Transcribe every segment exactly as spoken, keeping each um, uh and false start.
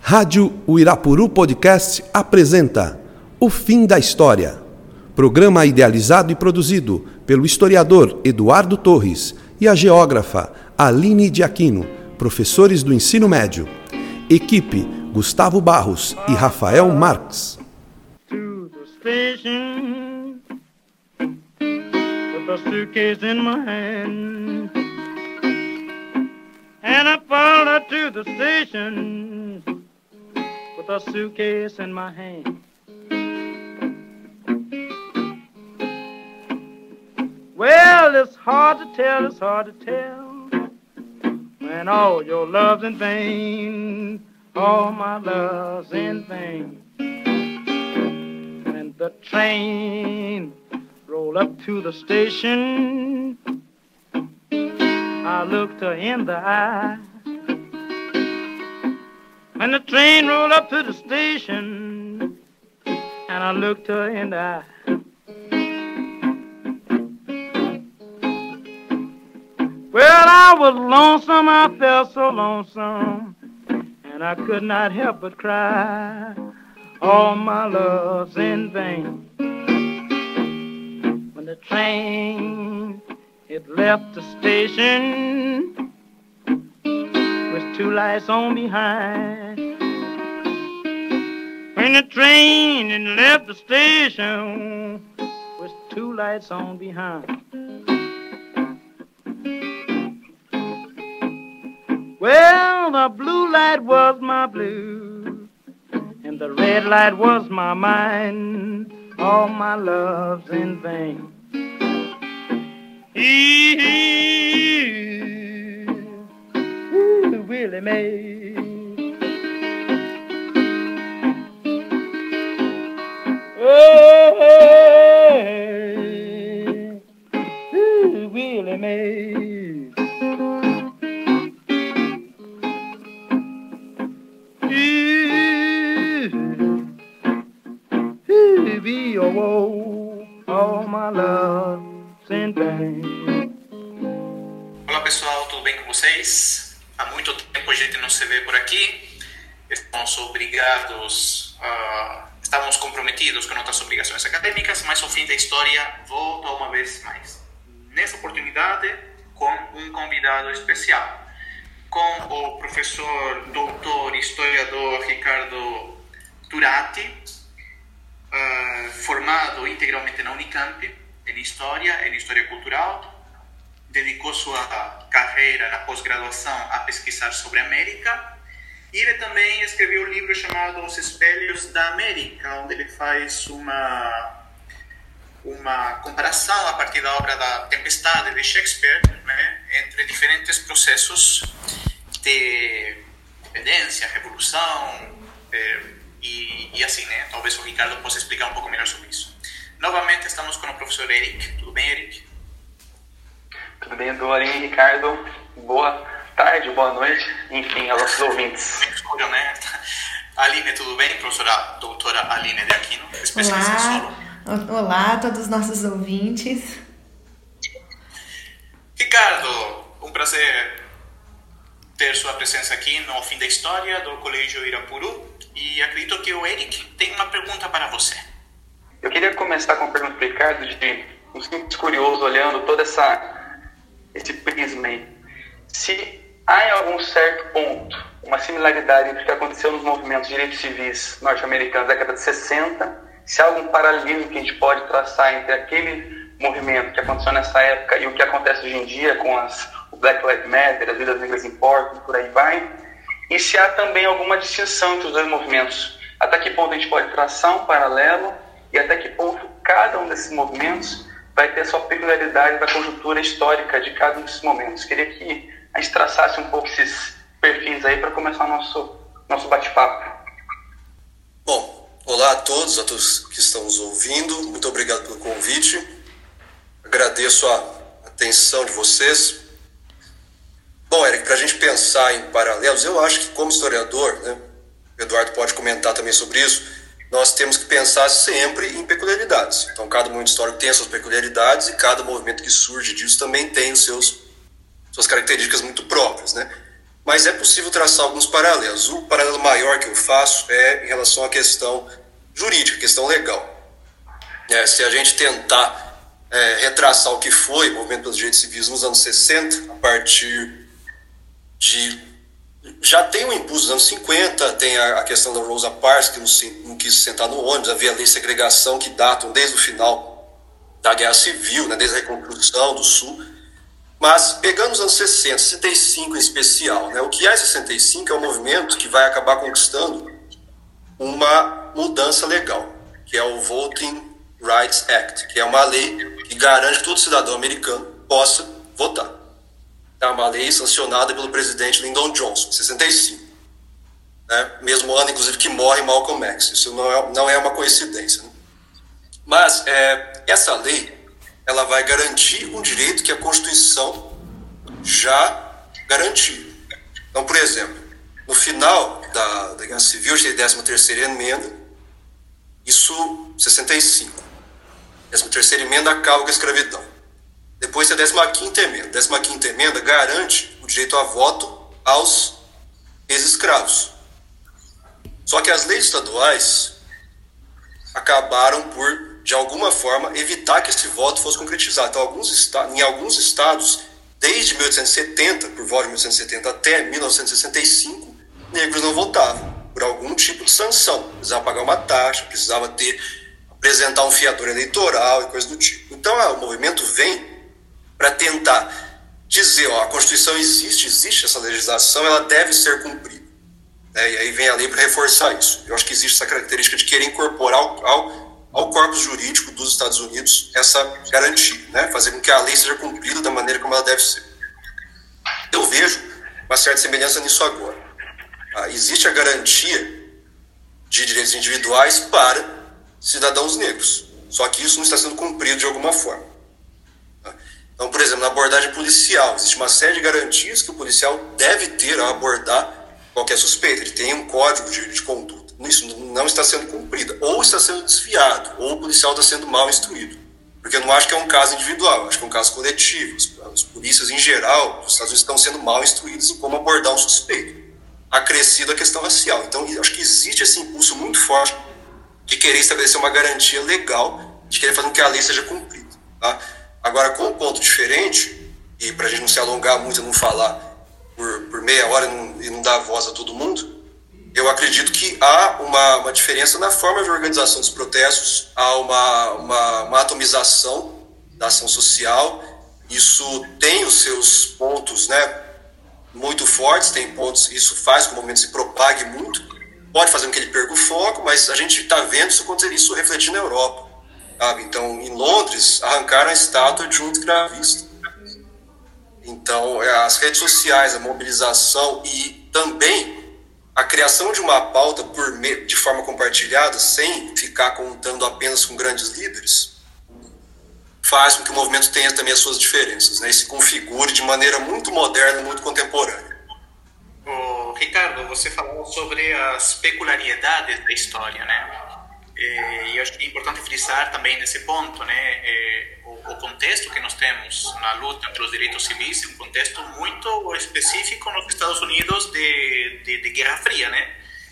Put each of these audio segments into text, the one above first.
Rádio Uirapuru Podcast apresenta O Fim da História. Programa idealizado e produzido pelo historiador Eduardo Torres e a geógrafa Aline de Aquino, professores do ensino médio. Equipe Gustavo Barros e Rafael Marques. To the station with a suitcase in my hand, and I followed to the station with a suitcase in my hand. Well, it's hard to tell, it's hard to tell, when all your love's in vain, all my love's in vain. When the train rolled up to the station, I looked her in the eye. When the train rolled up to the station, and I looked her in the eye. Well, I was lonesome, I felt so lonesome, and I could not help but cry. All my love's in vain. When the train, it left the station with two lights on behind. When the train it left the station with two lights on behind. Well, the blue light was my blue, and the red light was my mind. All my love's in vain. Ooh, Willie Mae. Oh, hey. Ooh, Willie Mae. Olá pessoal, tudo bem com vocês? Há muito tempo a gente não se vê por aqui. Estamos obrigados, uh, estávamos comprometidos com nossas obrigações acadêmicas, mas o fim da história volta uma vez mais. Nessa oportunidade, com um convidado especial, com o professor, doutor, historiador Ricardo Turati, uh, formado integralmente na Unicamp, em História, em História Cultural. Dedicou sua carreira na pós-graduação a pesquisar sobre a América. E ele também escreveu um livro chamado Os Espelhos da América, onde ele faz uma, uma comparação a partir da obra da Tempestade de Shakespeare, né, entre diferentes processos de independência, revolução, eh, e, e assim, né? Talvez o Ricardo possa explicar um pouco melhor sobre isso. Novamente estamos com o professor Eric. Tudo bem, Eric? Tudo bem, Eduardo e Ricardo. Boa tarde, boa noite, enfim, aos nossos ouvintes. Escolha, né? Aline, tudo bem? Professora doutora Aline de Aquino, especialista em solo. Olá a todos os nossos ouvintes. Ricardo, um prazer ter sua presença aqui no Fim da História do Colégio Uirapuru. E acredito que o Eric tem uma pergunta para você. Eu queria começar com uma pergunta para o Ricardo, de um simples curioso, olhando todo essa, esse prisma aí. Se há em algum certo ponto uma similaridade entre o que aconteceu nos movimentos de direitos civis norte-americanos da década de sessenta, se há algum paralelismo que a gente pode traçar entre aquele movimento que aconteceu nessa época e o que acontece hoje em dia com as, o Black Lives Matter, as vidas negras importam, por aí vai, e se há também alguma distinção entre os dois movimentos, até que ponto a gente pode traçar um paralelo e até que ponto cada um desses movimentos vai ter sua peculiaridade da conjuntura histórica de cada um desses momentos. Queria que a gente traçasse um pouco esses perfis aí para começar o nosso, nosso bate-papo. Bom, olá a todos, a todos que estão nos ouvindo. Muito obrigado pelo convite. Agradeço a atenção de vocês. Bom, Eric, para a gente pensar em paralelos, eu acho que como historiador, né, o Eduardo pode comentar também sobre isso, nós temos que pensar sempre em peculiaridades. Então, cada movimento histórico tem as suas peculiaridades e cada movimento que surge disso também tem os seus, suas características muito próprias, né? mas é possível traçar alguns paralelos. O paralelo maior que eu faço é em relação à questão jurídica, questão legal. É, se a gente tentar é, retraçar o que foi o movimento pelos direitos civis nos anos sessenta, a partir de... Já tem um impulso dos anos cinquenta, tem a, a questão da Rosa Parks, que não, se, não quis sentar no ônibus, havia a lei de segregação que datam desde o final da Guerra Civil, né, desde a reconstrução do Sul. Mas, pegando os anos sessenta, sessenta e cinco em especial, né, o que é sessenta e cinco é um movimento que vai acabar conquistando uma mudança legal, que é o Voting Rights Act, que é uma lei que garante que todo cidadão americano possa votar. É uma lei sancionada pelo presidente Lyndon Johnson, em sessenta e cinco. Né? Mesmo ano, inclusive, que morre Malcolm X. Isso não é, não é uma coincidência. Né? Mas é, essa lei ela vai garantir um direito que a Constituição já garantiu. Então, por exemplo, no final da, da Guerra Civil, a décima terceira emenda, isso, sessenta e cinco. A décima terceira emenda acaba com a escravidão. Depois, a décima quinta emenda. A décima quinta emenda garante o direito a voto aos ex-escravos. Só que as leis estaduais acabaram por, de alguma forma, evitar que esse voto fosse concretizado. Então, alguns estados, em alguns estados, desde mil oitocentos e setenta, por volta de mil oitocentos e setenta até mil novecentos e sessenta e cinco, negros não votavam, por algum tipo de sanção. Precisava pagar uma taxa, precisava ter, apresentar um fiador eleitoral e coisa do tipo. Então, ah, o movimento vem para tentar dizer, ó, a Constituição existe, existe essa legislação, ela deve ser cumprida. Né? E aí vem a lei para reforçar isso. Eu acho que existe essa característica de querer incorporar ao, ao, ao corpus jurídico dos Estados Unidos essa garantia, né? Fazer com que a lei seja cumprida da maneira como ela deve ser. Eu vejo uma certa semelhança nisso agora. Ah, existe a garantia de direitos individuais para cidadãos negros, só que isso não está sendo cumprido de alguma forma. Então, por exemplo, na abordagem policial, existe uma série de garantias que o policial deve ter ao abordar qualquer suspeito. Ele tem um código de, de conduta. Isso não está sendo cumprido. Ou está sendo desviado, ou o policial está sendo mal instruído. Porque eu não acho que é um caso individual, eu acho que é um caso coletivo. As polícias, em geral, os Estados Unidos estão sendo mal instruídos em como abordar um suspeito. Acrescido a questão racial. Então, eu acho que existe esse impulso muito forte de querer estabelecer uma garantia legal, de querer fazer com que a lei seja cumprida. Tá? Agora, com um ponto diferente, e para a gente não se alongar muito e não falar por, por meia hora e não, e não dar voz a todo mundo, eu acredito que há uma, uma diferença na forma de organização dos protestos, há uma, uma, uma atomização da ação social. Isso tem os seus pontos, né, muito fortes, tem pontos, isso faz com que o movimento se propague muito, pode fazer com que ele perca o foco, mas a gente está vendo isso acontecer, isso refletir na Europa. Sabe? Então, em Londres, arrancaram a estátua de um escravista. Então, as redes sociais, a mobilização e também a criação de uma pauta por me... de forma compartilhada, sem ficar contando apenas com grandes líderes, faz com que o movimento tenha também as suas diferenças, né? E se configure de maneira muito moderna, muito contemporânea. Oh, Ricardo, você falou sobre as peculiaridades da história, né? E eu acho que é importante frisar também nesse ponto, né, o, o contexto que nós temos na luta pelos direitos civis é um contexto muito específico nos Estados Unidos de, de, de Guerra Fria, né?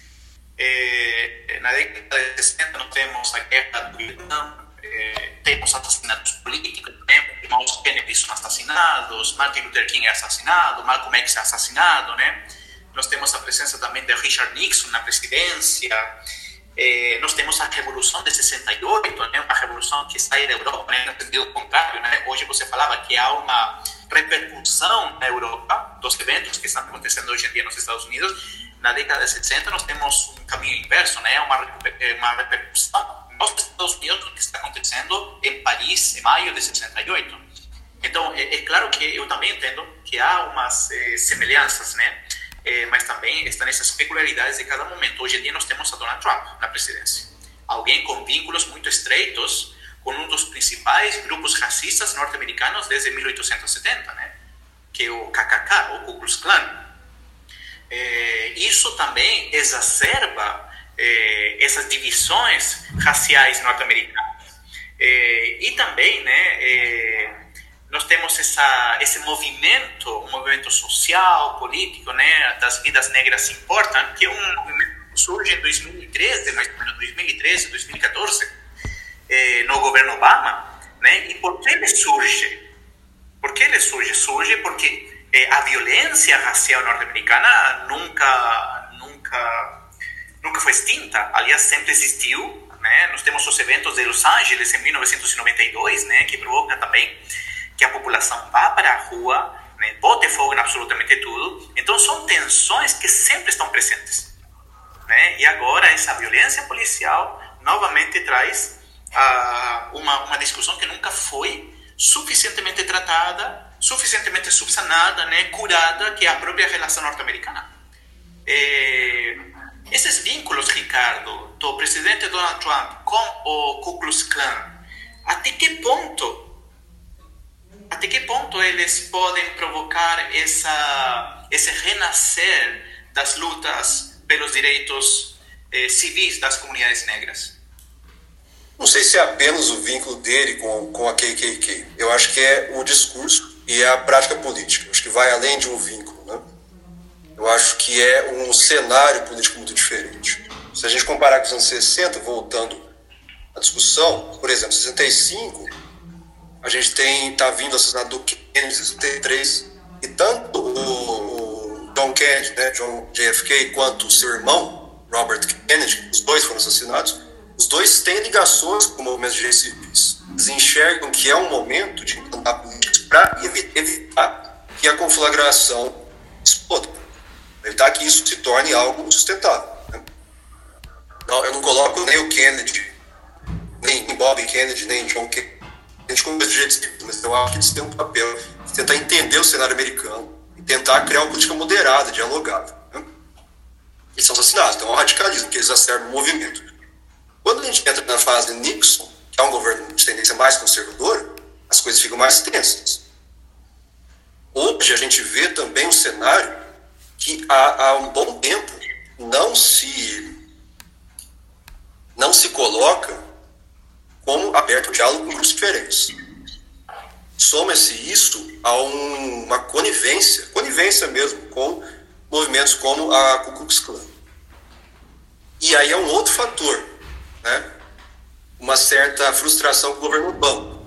É, na década de sessenta nós temos a guerra do Vietnã, é, temos assassinatos políticos, né? Irmãos Kennedy são assassinados, Martin Luther King é assassinado, Malcolm X é assassinado, né? Nós temos a presença também de Richard Nixon na presidência. Eh, nós temos a Revolução de sessenta e oito, né, uma revolução que sai da Europa, né, no sentido contrário, né? Hoje você falava que há uma repercussão na Europa dos eventos que estão acontecendo hoje em dia nos Estados Unidos. Na década de sessenta nós temos um caminho inverso, né, uma, uma repercussão nos Estados Unidos do que está acontecendo em Paris em maio de sessenta e oito. Então, é, é claro que eu também entendo que há umas eh, semelhanças, né? É, mas também estão essas peculiaridades de cada momento. Hoje em dia nós temos a Donald Trump na presidência. Alguém com vínculos muito estreitos com um dos principais grupos racistas norte-americanos desde mil oitocentos e setenta, né? Que é o K K K, o Ku Klux Klan. É, isso também exacerba é, essas divisões raciais norte-americanas. É, e também, né, é, nós temos essa, esse movimento, um movimento social, político, né, das vidas negras importam, que é um movimento que surge em dois mil e treze, mais ou menos dois mil e treze, dois mil e quatorze, eh, no governo Obama, né, e por que ele surge? Por que ele surge? Surge porque eh, a violência racial norte-americana nunca, nunca, nunca foi extinta, aliás, sempre existiu, né? Nós temos os eventos de Los Angeles em mil novecentos e noventa e dois, né, que provocam também que a população vá para a rua, né, bote fogo em absolutamente tudo. Então são tensões que sempre estão presentes, né? E agora essa violência policial novamente traz uh, uma, uma discussão que nunca foi suficientemente tratada, suficientemente subsanada, né, curada, que é a própria relação norte-americana. É, esses vínculos, Ricardo, do presidente Donald Trump com o Ku Klux Klan, até que ponto, até que ponto eles podem provocar essa, esse renascer das lutas pelos direitos eh, civis das comunidades negras? Não sei se é apenas o vínculo dele com, com a K K K. Eu acho que é o discurso e a prática política. Eu acho que vai além de um vínculo, né? Eu acho que é um cenário político muito diferente. Se a gente comparar com os anos sessenta, voltando à discussão, por exemplo, em sessenta e cinco, a gente tem, tá vindo o assassinato do Kennedy em sessenta e três, e tanto o, o John Kennedy, né, John J F K, quanto o seu irmão, Robert Kennedy, os dois foram assassinados, os dois têm ligações com movimentos de direitos civis. Eles enxergam que é um momento de implantar políticas para evitar que a conflagração exploda, evitar que isso se torne algo sustentável, né? Não, eu não coloco nem o Kennedy, nem Bob Kennedy, nem John Kennedy como direitos civis, mas eu acho que eles têm um papel de tentar entender o cenário americano e tentar criar uma política moderada, dialogada, né? Eles são assassinados, então é um radicalismo que eles exacerbam o movimento. Quando a gente entra na fase de Nixon, que é um governo de tendência mais conservadora, as coisas ficam mais tensas. Hoje a gente vê também um cenário que há, há um bom tempo não se, não se coloca como aberto ao diálogo com grupos diferentes. Soma-se isso a um, uma conivência, conivência mesmo, com movimentos como a Ku Klux Klan. E aí é um outro fator, né? Uma certa frustração com o governo Obama.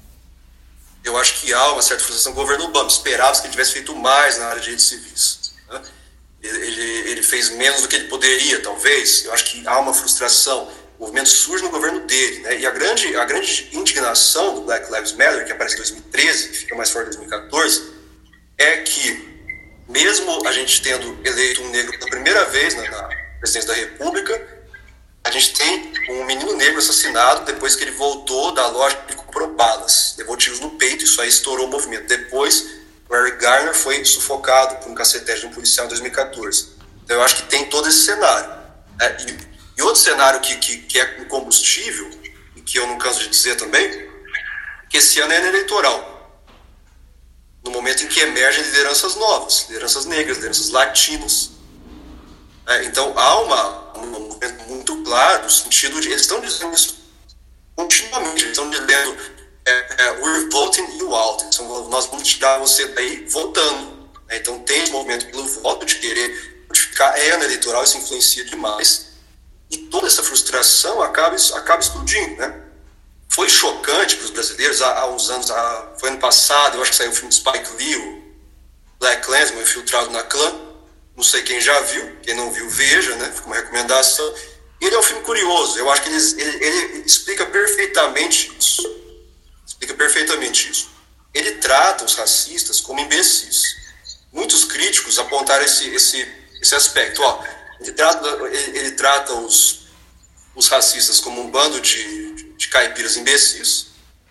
Eu acho que há uma certa frustração com o governo Obama. Esperava-se que ele tivesse feito mais na área de direitos civis, né? Ele, ele fez menos do que ele poderia, talvez. Eu acho que há uma frustração. O movimento surge no governo dele, né? E a grande, a grande indignação do Black Lives Matter, que aparece em dois mil e treze, que fica mais forte em dois mil e quatorze, é que, mesmo a gente tendo eleito um negro pela primeira vez na, na presidência da República, a gente tem um menino negro assassinado depois que ele voltou da loja e comprou balas, levou tiros no peito, isso aí estourou o movimento. Depois, o Eric Garner foi sufocado por um cacetete de um policial em dois mil e quatorze. Então eu acho que tem todo esse cenário, né? E, e outro cenário que, que, que é um combustível, e que eu não canso de dizer também, que esse ano é ano eleitoral, no momento em que emergem lideranças novas, lideranças negras, lideranças latinas. É, então há uma, um movimento muito claro no sentido de, eles estão dizendo isso continuamente, eles estão dizendo é, é, we're voting you out, então, nós vamos tirar você daí votando, né? Então tem esse movimento pelo voto de querer modificar, é ano eleitoral, isso influencia demais, e toda essa frustração acaba, acaba explodindo, né? Foi chocante para os brasileiros há, há uns anos, há, foi ano passado, eu acho que saiu o filme de Spike Lee, o Black Klansman, Infiltrado na Klan. Não sei quem já viu, quem não viu, veja, né? Fica uma recomendação. E ele é um filme curioso, eu acho que ele, ele, ele explica perfeitamente isso. Explica perfeitamente isso. Ele trata os racistas como imbecis. Muitos críticos apontaram esse, esse, esse aspecto. Ó, ele trata, ele, ele trata os, os racistas como um bando de, de, de caipiras imbecis.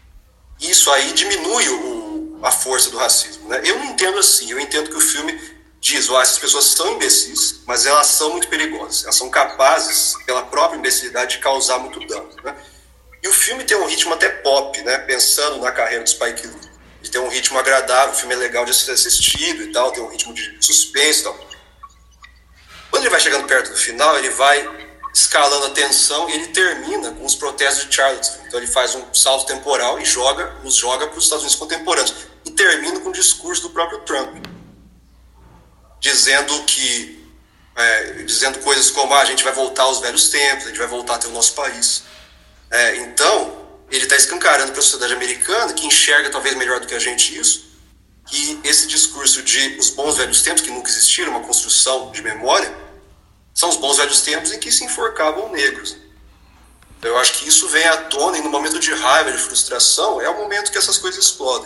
E isso aí diminui o, a força do racismo, né? Eu não entendo assim, eu entendo que o filme diz, ó, essas pessoas são imbecis, mas elas são muito perigosas. Elas são capazes, pela própria imbecilidade, de causar muito dano, né? E o filme tem um ritmo até pop, né? Pensando na carreira do Spike Lee. Ele tem um ritmo agradável, o filme é legal de ser assistido e tal, tem um ritmo de suspense e tal. Quando ele vai chegando perto do final, ele vai escalando a tensão e ele termina com os protestos de Charlottesville. Então ele faz um salto temporal e joga, nos joga para os Estados Unidos contemporâneos. e termina com o discurso do próprio Trump, dizendo que é, dizendo coisas como ah, a gente vai voltar aos velhos tempos, a gente vai voltar a ter o nosso país. É, então, ele está escancarando para a sociedade americana, que enxerga talvez melhor do que a gente isso, que esse discurso de os bons velhos tempos, que nunca existiram, uma construção de memória, são os bons velhos tempos em que se enforcavam negros. Eu acho que isso vem à tona e no momento de raiva, de frustração, é o momento que essas coisas explodem.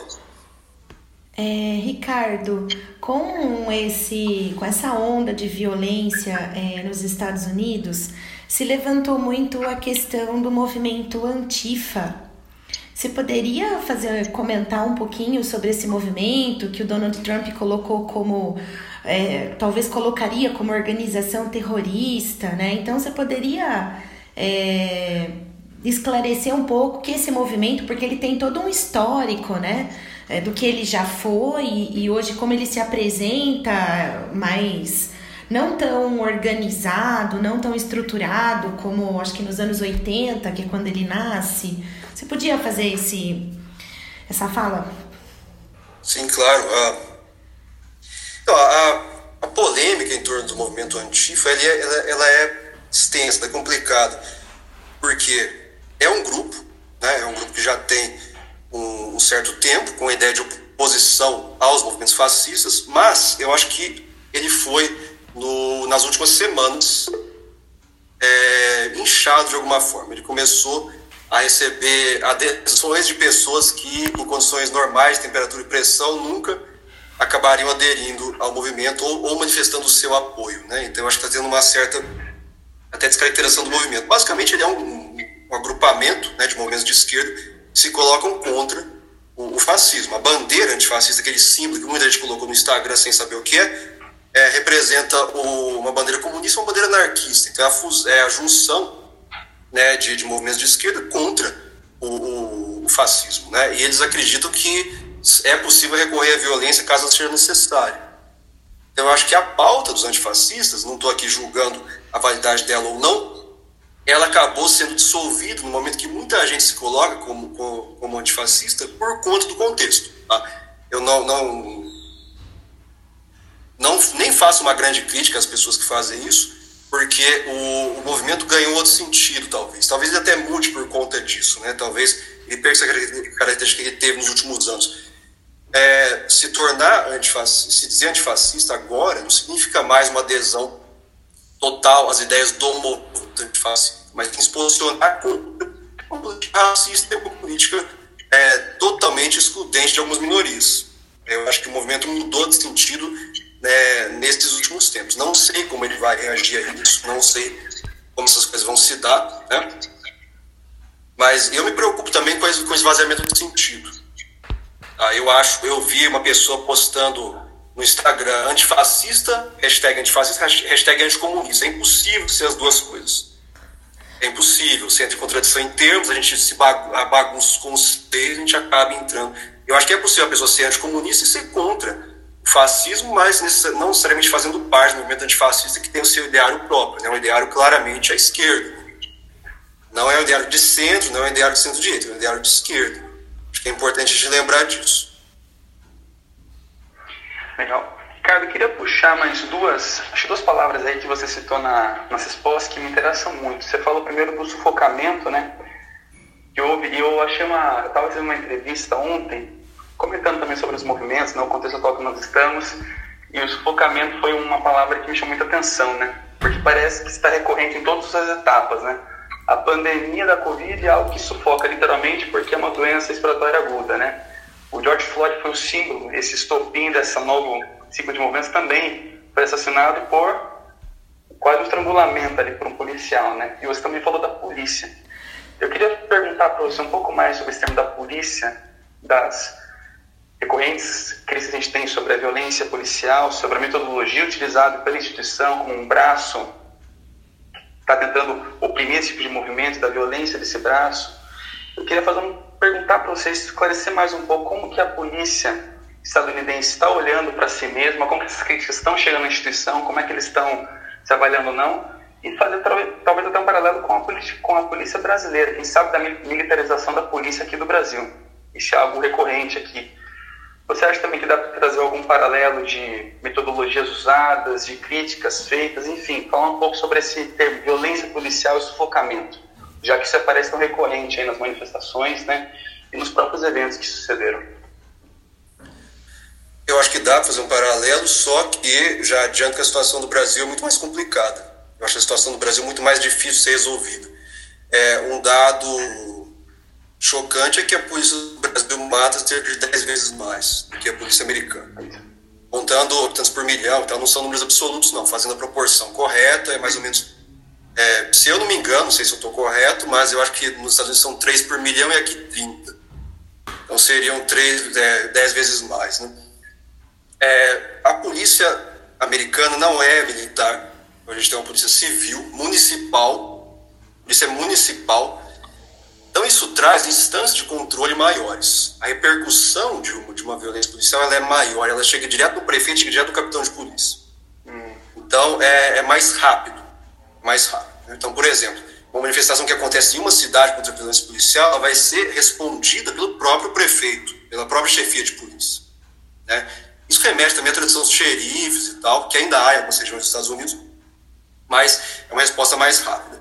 É, Ricardo, com, esse, com essa onda de violência é, nos Estados Unidos, se levantou muito a questão do movimento Antifa. Você poderia fazer, comentar um pouquinho sobre esse movimento que o Donald Trump colocou como, é, talvez colocaria como organização terrorista, né? Então você poderia é, esclarecer um pouco que esse movimento, porque ele tem todo um histórico, né? É, do que ele já foi e, e hoje como ele se apresenta mais não tão organizado, não tão estruturado como acho que nos anos oitenta, que é quando ele nasce. Você podia fazer esse, essa fala? Sim, claro. A, então, a, a polêmica em torno do movimento Antifa ela, ela, ela é extensa, é complicada, porque é um grupo, né, é um grupo que já tem um, um certo tempo com a ideia de oposição aos movimentos fascistas, mas eu acho que ele foi, no, nas últimas semanas, é, inchado de alguma forma. Ele começou a receber adesões de pessoas que, em condições normais de temperatura e pressão, nunca acabariam aderindo ao movimento ou, ou manifestando o seu apoio, né? Então, eu acho que está tendo uma certa até descaracterização do movimento. Basicamente, ele é um, um agrupamento, né, de movimentos de esquerda que se colocam contra o, o fascismo. A bandeira antifascista, aquele símbolo que muita gente colocou no Instagram sem saber o que é, é representa o, uma bandeira comunista e uma bandeira anarquista. Então, é a, fus, é a junção, né, de, de movimentos de esquerda contra o, o, o fascismo, né? E eles acreditam que é possível recorrer à violência caso seja necessário. Então, eu acho que a pauta dos antifascistas, não estou aqui julgando a validade dela ou não, ela acabou sendo dissolvida no momento que muita gente se coloca como, como, como antifascista por conta do contexto. Tá? Eu não, não, não nem faço uma grande crítica às pessoas que fazem isso, porque o, o movimento ganhou outro sentido, talvez. Talvez ele até mude por conta disso, né? Talvez ele perca essa característica que ele teve nos últimos anos. É, se tornar antifascista, se dizer antifascista agora, não significa mais uma adesão total às ideias do movimento antifascista, mas tem que se posicionar contra uma política racista e uma política é, totalmente excludente de algumas minorias. Eu acho que o movimento mudou de sentido, né, nesses últimos tempos. Não sei como ele vai reagir a isso, não sei como essas coisas vão se dar, né? Mas eu me preocupo também com o esvaziamento de sentido. Ah, eu acho, eu vi uma pessoa postando no Instagram antifascista, hashtag antifascista, hashtag anticomunista. É impossível ser as duas coisas. É impossível. Se entra em contradição em termos, a gente se bagunça com os termos, a gente acaba entrando. Eu acho que é possível a pessoa ser anticomunista e ser contra o fascismo, mas não necessariamente fazendo parte do movimento antifascista que tem o seu ideário próprio, né? Um ideário claramente à esquerda. Não é um ideário de centro, não é um ideário de centro-direita, é um ideário de esquerda. Acho que é importante a gente lembrar disso. Legal. Ricardo, eu queria puxar mais duas, acho que duas palavras aí que você citou na, nas respostas que me interessam muito. Você falou primeiro do sufocamento, né? Que houve, e eu achei uma, eu estava fazendo uma entrevista ontem, comentando também sobre os movimentos, né, o contexto atual que nós estamos, e o sufocamento foi uma palavra que me chamou muita atenção, né? Porque parece que está recorrente em todas as etapas, né? A pandemia da Covid é algo que sufoca literalmente porque é uma doença respiratória aguda, né? O George Floyd foi o símbolo, esse estopim dessa novo ciclo de movimentos também foi assassinado por quase um estrangulamento ali por um policial, né? E você também falou da polícia. Eu queria perguntar para você um pouco mais sobre esse termo da polícia, das recorrentes crises que a gente tem sobre a violência policial, sobre a metodologia utilizada pela instituição como um braço está tentando oprimir esse tipo de movimento, da violência desse braço. Eu queria fazer um, perguntar para vocês, esclarecer mais um pouco como que a polícia estadunidense está olhando para si mesma, como que essas críticas estão chegando na instituição, como é que eles estão se avaliando ou não, e fazer talvez até um paralelo com a polícia, com a polícia brasileira, quem sabe da militarização da polícia aqui do Brasil. Isso é algo recorrente aqui Você acha também que dá para trazer algum paralelo de metodologias usadas, de críticas feitas, enfim, falar um pouco sobre esse termo violência policial e sufocamento, já que isso aparece tão recorrente aí nas manifestações, né, e nos próprios eventos que sucederam? Eu acho que dá para fazer um paralelo, só que já adianto que a situação do Brasil é muito mais complicada. Eu acho a situação do Brasil muito mais difícil de ser resolvida. É, um dado chocante é que a polícia do Brasil mata cerca de dez vezes mais do que a polícia americana. Contando habitantes por milhão, então não são números absolutos não, fazendo a proporção correta, é mais ou menos... É, se eu não me engano, não sei se eu estou correto, mas eu acho que nos Estados Unidos são três por milhão e aqui trinta. Então seriam três, é, dez vezes mais, né? É, a polícia americana não é militar, a gente tem uma polícia civil, municipal, polícia municipal, então isso traz instâncias de controle maiores. A repercussão de uma, de uma violência policial ela é maior, ela chega direto no prefeito, chega direto no capitão de polícia. Hum. Então é, é mais rápido, mais rápido. Então, por exemplo, uma manifestação que acontece em uma cidade contra a violência policial, ela vai ser respondida pelo próprio prefeito, pela própria chefia de polícia, né? Isso remete também à tradição dos xerifes e tal, que ainda há em algumas regiões dos Estados Unidos, mas é uma resposta mais rápida.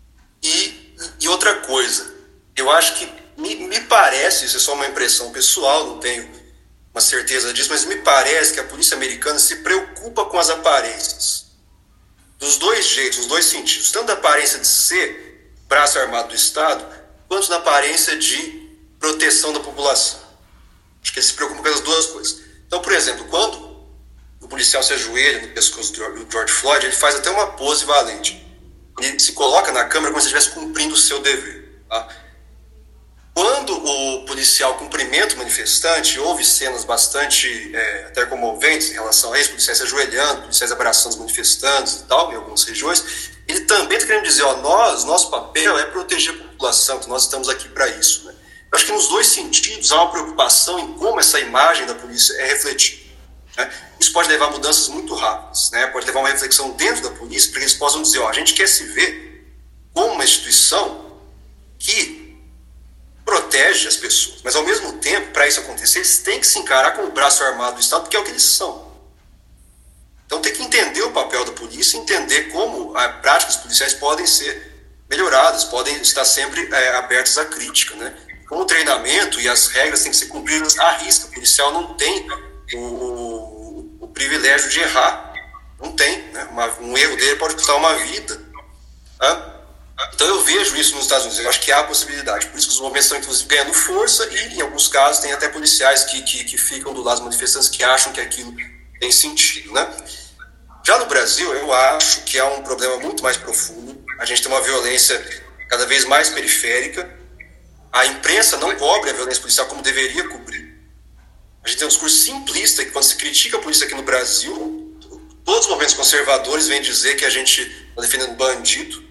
E, e outra coisa, eu acho que, me, me parece, isso é só uma impressão pessoal, não tenho uma certeza disso, mas me parece que a polícia americana se preocupa com as aparências. Dos dois jeitos, dos dois sentidos, tanto da aparência de ser braço armado do Estado, quanto da aparência de proteção da população. Acho que eles se preocupam com as duas coisas. Então, por exemplo, quando o policial se ajoelha no pescoço do George Floyd, ele faz até uma pose valente. Ele se coloca na câmera como se estivesse cumprindo o seu dever. Tá? Quando o policial cumprimenta o manifestante, houve cenas bastante é, até comoventes em relação a isso, policiais se ajoelhando, policiais abraçando os manifestantes e tal, em algumas regiões. Ele também está querendo dizer, ó, nós, nosso papel é proteger a população, então nós estamos aqui para isso, né? Eu acho que nos dois sentidos há uma preocupação em como essa imagem da polícia é refletida, né? Isso pode levar a mudanças muito rápidas, né? Pode levar a uma reflexão dentro da polícia para que eles possam dizer, ó, a gente quer se ver como uma instituição que protege as pessoas, mas ao mesmo tempo, para isso acontecer, eles têm que se encarar como o braço armado do Estado, porque é o que eles são. Então tem que entender o papel da polícia, entender como as práticas policiais podem ser melhoradas, podem estar sempre é, abertas à crítica, né? Com o treinamento e as regras têm que ser cumpridas à risca. O policial não tem o, o, o privilégio de errar. Não tem. Né? Uma, um erro dele pode custar uma vida. Tá? Então eu vejo isso nos Estados Unidos. Eu acho que há a possibilidade. Por isso que os movimentos estão, inclusive, ganhando força e, em alguns casos, tem até policiais que, que, que ficam do lado dos manifestantes que acham que aquilo tem sentido. Né? Já no Brasil, eu acho que há um problema muito mais profundo. A gente tem uma violência cada vez mais periférica. A imprensa não cobre a violência policial como deveria cobrir. A gente tem um discurso simplista que, quando se critica a polícia aqui no Brasil, todos os movimentos conservadores vêm dizer que a gente está defendendo bandido,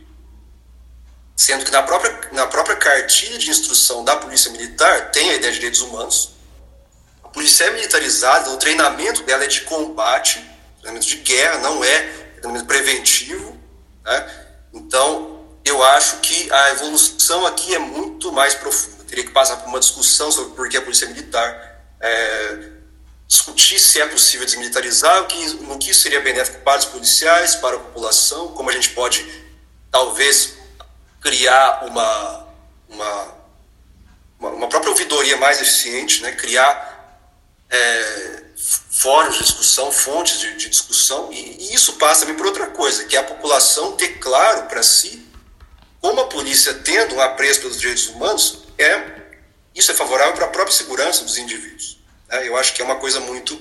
sendo que na própria, na própria cartilha de instrução da polícia militar tem a ideia de direitos humanos. A polícia é militarizada, o treinamento dela é de combate, treinamento de guerra, não é treinamento preventivo, né? Então, eu acho que a evolução aqui é muito mais profunda. Teria que passar por uma discussão sobre por que a polícia militar, é, discutir se é possível desmilitarizar, o que, no que isso seria benéfico para os policiais, para a população, como a gente pode, talvez, criar uma, uma, uma própria ouvidoria mais eficiente, né? Criar é, fóruns de discussão, fontes de, de discussão, e, e isso passa também por outra coisa, que é a população ter claro para si como a polícia, tendo um apreço pelos direitos humanos, é, isso é favorável para a própria segurança dos indivíduos. Né? Eu acho que é uma coisa muito,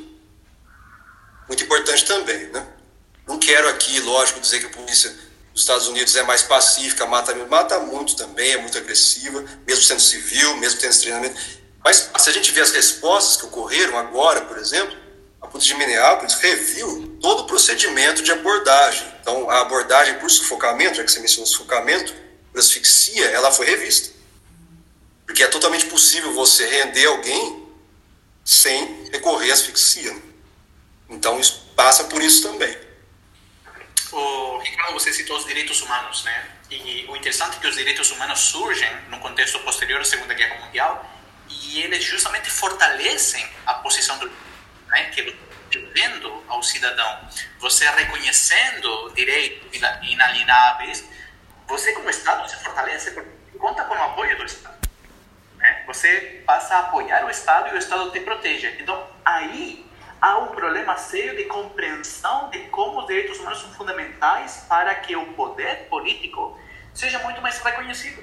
muito importante também. Né? Não quero aqui, lógico, dizer que a polícia dos Estados Unidos é mais pacífica, mata, mata muito também, é muito agressiva, mesmo sendo civil, mesmo tendo esse treinamento. Mas se a gente vê as respostas que ocorreram agora, por exemplo, a polícia de Minneapolis reviu todo o procedimento de abordagem. Então, a abordagem por sufocamento, já que você mencionou sufocamento, por asfixia, ela foi revista. Porque é totalmente possível você render alguém sem recorrer à asfixia. Então, isso passa por isso também. O Ricardo, você citou os direitos humanos, né? E o interessante é que os direitos humanos surgem no contexto posterior à Segunda Guerra Mundial e eles justamente fortalecem a posição do, né, que você vendo ao cidadão, você reconhecendo direitos inalienáveis, você como Estado se fortalece porque conta com o apoio do Estado, né? Você passa a apoiar o Estado e o Estado te protege. Então aí há um problema sério de compreensão de como os direitos humanos são fundamentais para que o poder político seja muito mais reconhecido.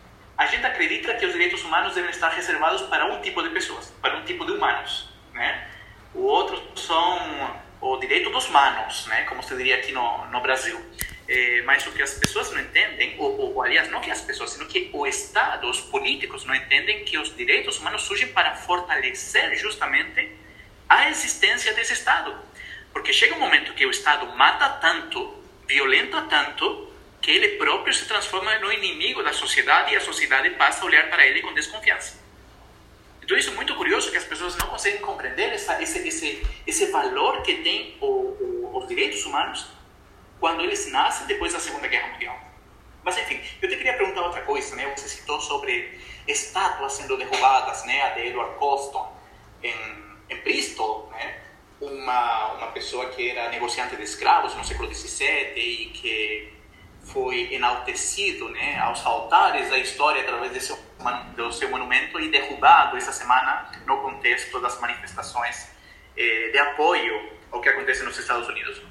A gente acredita que os direitos humanos devem estar reservados para um tipo de pessoas, para um tipo de humanos, né? O outro são o direito dos humanos, né? Como se diria aqui no, no Brasil. É, mas o que as pessoas não entendem, ou, ou aliás, não que as pessoas, sino que o Estado, os políticos não entendem que os direitos humanos surgem para fortalecer justamente a existência desse Estado. Porque chega um momento que o Estado mata tanto, violenta tanto, que ele próprio se transforma no inimigo da sociedade e a sociedade passa a olhar para ele com desconfiança. Então isso é muito curioso que as pessoas não conseguem compreender essa, esse, esse, esse valor que tem o, o, os direitos humanos quando eles nascem depois da Segunda Guerra Mundial. Mas enfim, eu te queria perguntar outra coisa, né? Você citou sobre estátuas sendo derrubadas, né? A de Edward Colston em, em Bristol, né? Uma, uma pessoa que era negociante de escravos no século dezessete e que foi enaltecido, né, aos altares da história através de seu, do seu monumento e derrubado essa semana no contexto das manifestações eh, de apoio ao que acontece nos Estados Unidos.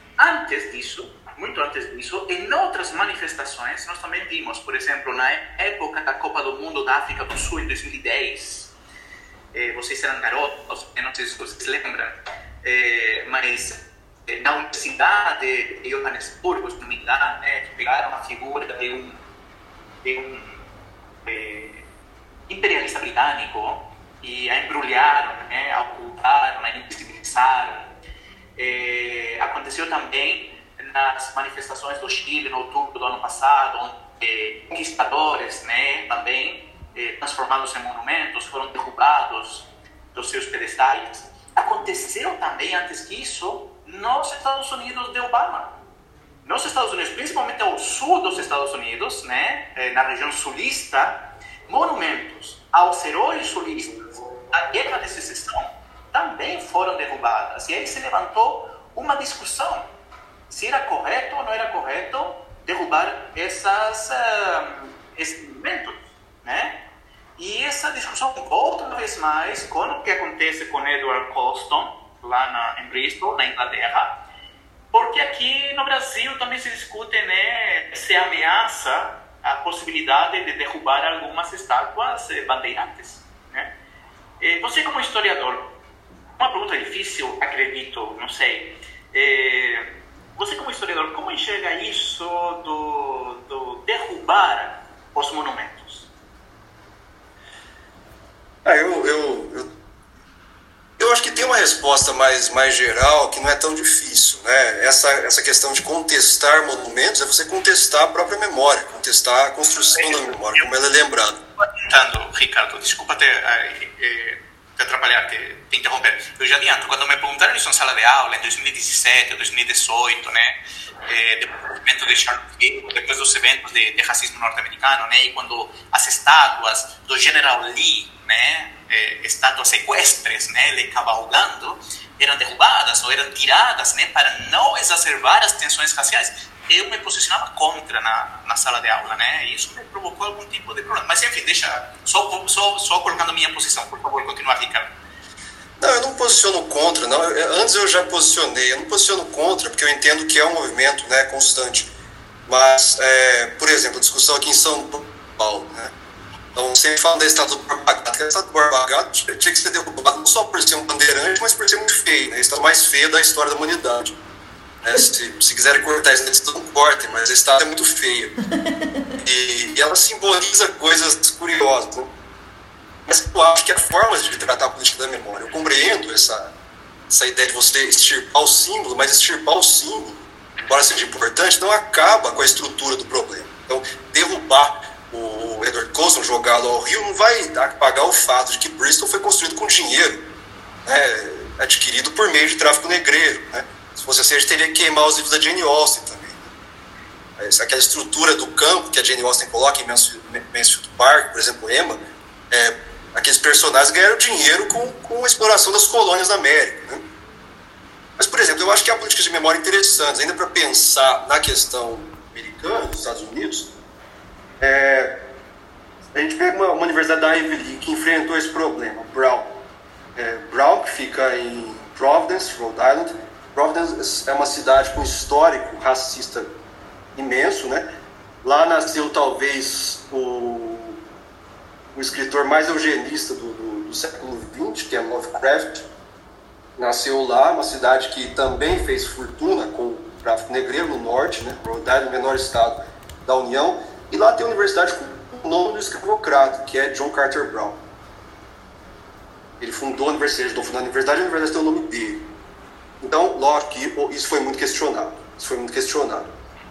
Antes disso, muito antes disso, em outras manifestações, nós também vimos, por exemplo, na época da Copa do Mundo da África do Sul, em dois mil e dez, eh, vocês eram garotos, eu não sei se vocês lembram, eh, mas na Universidade de Johannesburgo, se não me engano, né, pegaram a figura de um, de um eh, imperialista britânico e a embrulharam, né, a ocultaram, a invisibilizaram. Eh, aconteceu também nas manifestações do Chile, no outubro do ano passado, onde eh, conquistadores, né, também eh, transformados em monumentos, foram derrubados dos seus pedestais. Aconteceu também, antes disso, nos Estados Unidos de Obama. Nos Estados Unidos, principalmente ao sul dos Estados Unidos, né, na região sulista, monumentos aos heróis sulistas da Guerra de Secessão também foram derrubadas. E aí se levantou uma discussão se era correto ou não era correto derrubar essas, uh, esses monumentos, né? E essa discussão volta uma vez mais com o que acontece com Edward Colston, lá na, em Bristol, na Inglaterra, porque aqui no Brasil também se discute, né, se ameaça a possibilidade de derrubar algumas estátuas eh, bandeirantes, né? E você como historiador, uma pergunta difícil, acredito, não sei, eh, você como historiador, como enxerga isso do, do derrubar os monumentos? Ah, eu... eu, eu... Eu acho que tem uma resposta mais, mais geral que não é tão difícil, né? Essa, essa questão de contestar monumentos é você contestar a própria memória, contestar a construção da memória, como ela é lembrada. Adiantando, Ricardo, desculpa te, te atrapalhar, te, te interromper. Eu já adianto, quando me perguntaram isso em sala de aula, em dois mil e dezessete, dois mil e dezoito, né? Depois do evento de Charlottesville, depois dos eventos de, de racismo norte-americano, né? E quando as estátuas do General Lee, né? Eh, estátuas equestres, né, ele cavalgando, eram derrubadas ou eram tiradas, né, para não exacerbar as tensões raciais. Eu me posicionava contra na, na sala de aula, né, e isso me provocou algum tipo de problema. Mas enfim, deixa, só, só, só colocando minha posição, por favor, continua, Ricardo. Não, eu não posiciono contra, não. Eu, antes eu já posicionei, eu não posiciono contra, porque eu entendo que é um movimento, né, constante. Mas, é, por exemplo, a discussão aqui em São Paulo, né, então, sempre falo da estátua do Borba Gato. A estátua do Borba Gato tinha que ser derrubada não só por ser um bandeirante, mas por ser muito feio, né? A estátua mais feia da história da humanidade. É, se, se quiserem cortar isso, eles não cortem, mas a estátua é muito feia. E, e ela simboliza coisas curiosas, né? Mas eu acho que a forma de tratar a política da memória, eu compreendo essa, essa ideia de você extirpar o símbolo, mas extirpar o símbolo, embora seja importante, não acaba com a estrutura do problema. Então, derrubar o Edward Colston, jogá-lo ao rio, não vai apagar o fato de que Bristol foi construído com dinheiro, né, adquirido por meio de tráfico negreiro, né? Se fosse assim, a gente teria que queimar os livros da Jane Austen também, né? Aquela estrutura do campo que a Jane Austen coloca em Mansfield Park, por exemplo, Emma, é, aqueles personagens ganharam dinheiro com, com a exploração das colônias da América, né? Mas, por exemplo, eu acho que há políticas de memória interessantes, ainda para pensar na questão americana, dos Estados Unidos. É, a gente pega uma, uma universidade da Ivy League que enfrentou esse problema, Brown. É, Brown, que fica em Providence, Rhode Island. Providence é uma cidade com histórico racista imenso, né? Lá nasceu talvez o, o escritor mais eugenista do, do, do século vinte, que é Lovecraft. Nasceu lá, uma cidade que também fez fortuna com o tráfico negreiro no norte, né? Rhode Island, o menor estado da União. E lá tem a universidade com o nome do escravocrata, que é John Carter Brown. Ele fundou a universidade, ele fundou a universidade, a universidade tem o nome dele. Então, lógico que isso foi muito questionado. Isso foi muito questionado.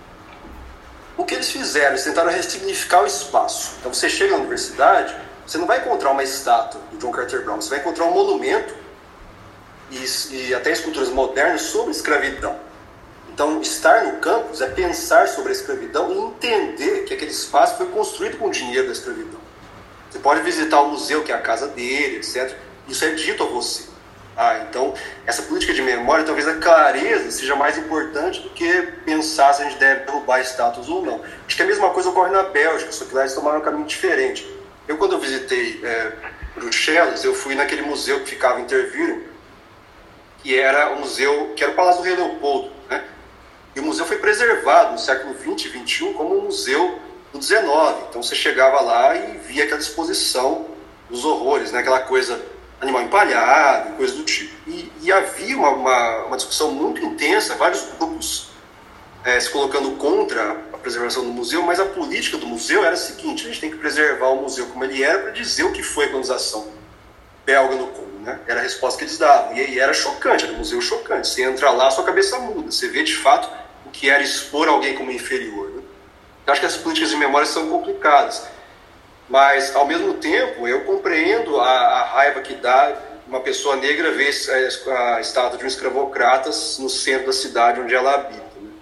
O que eles fizeram? Eles tentaram ressignificar o espaço. Então, você chega na universidade, você não vai encontrar uma estátua do John Carter Brown, você vai encontrar um monumento e, e até esculturas modernas sobre escravidão. Então, estar no campus é pensar sobre a escravidão e entender que aquele espaço foi construído com o dinheiro da escravidão. Você pode visitar o museu, que é a casa dele, etcétera. Isso é dito a você. Ah, então, essa política de memória, talvez a clareza seja mais importante do que pensar se a gente deve derrubar status ou não. Acho que a mesma coisa ocorre na Bélgica, só que lá eles tomaram um caminho diferente. Eu, quando eu visitei é, Bruxelas, eu fui naquele museu que ficava em Tervuren, que era o museu, que era o Palácio do Rei Leopoldo, né? E o museu foi preservado no século vinte e vinte e um como um museu do dezenove. Então você chegava lá e via aquela exposição dos horrores, né? Aquela coisa, animal empalhado, coisa do tipo. E, e havia uma, uma, uma discussão muito intensa, vários grupos é, se colocando contra a preservação do museu, mas a política do museu era a seguinte: a gente tem que preservar o museu como ele era para dizer o que foi a colonização belga no Congo, né? Era a resposta que eles davam. E aí era chocante, era um museu chocante. Você entra lá, sua cabeça muda. Você vê de fato o que era expor alguém como inferior, né? Eu acho que essas políticas de memória são complicadas. Mas, ao mesmo tempo, eu compreendo a, a raiva que dá uma pessoa negra ver a, a estátua de um escravocrata no centro da cidade onde ela habita, né?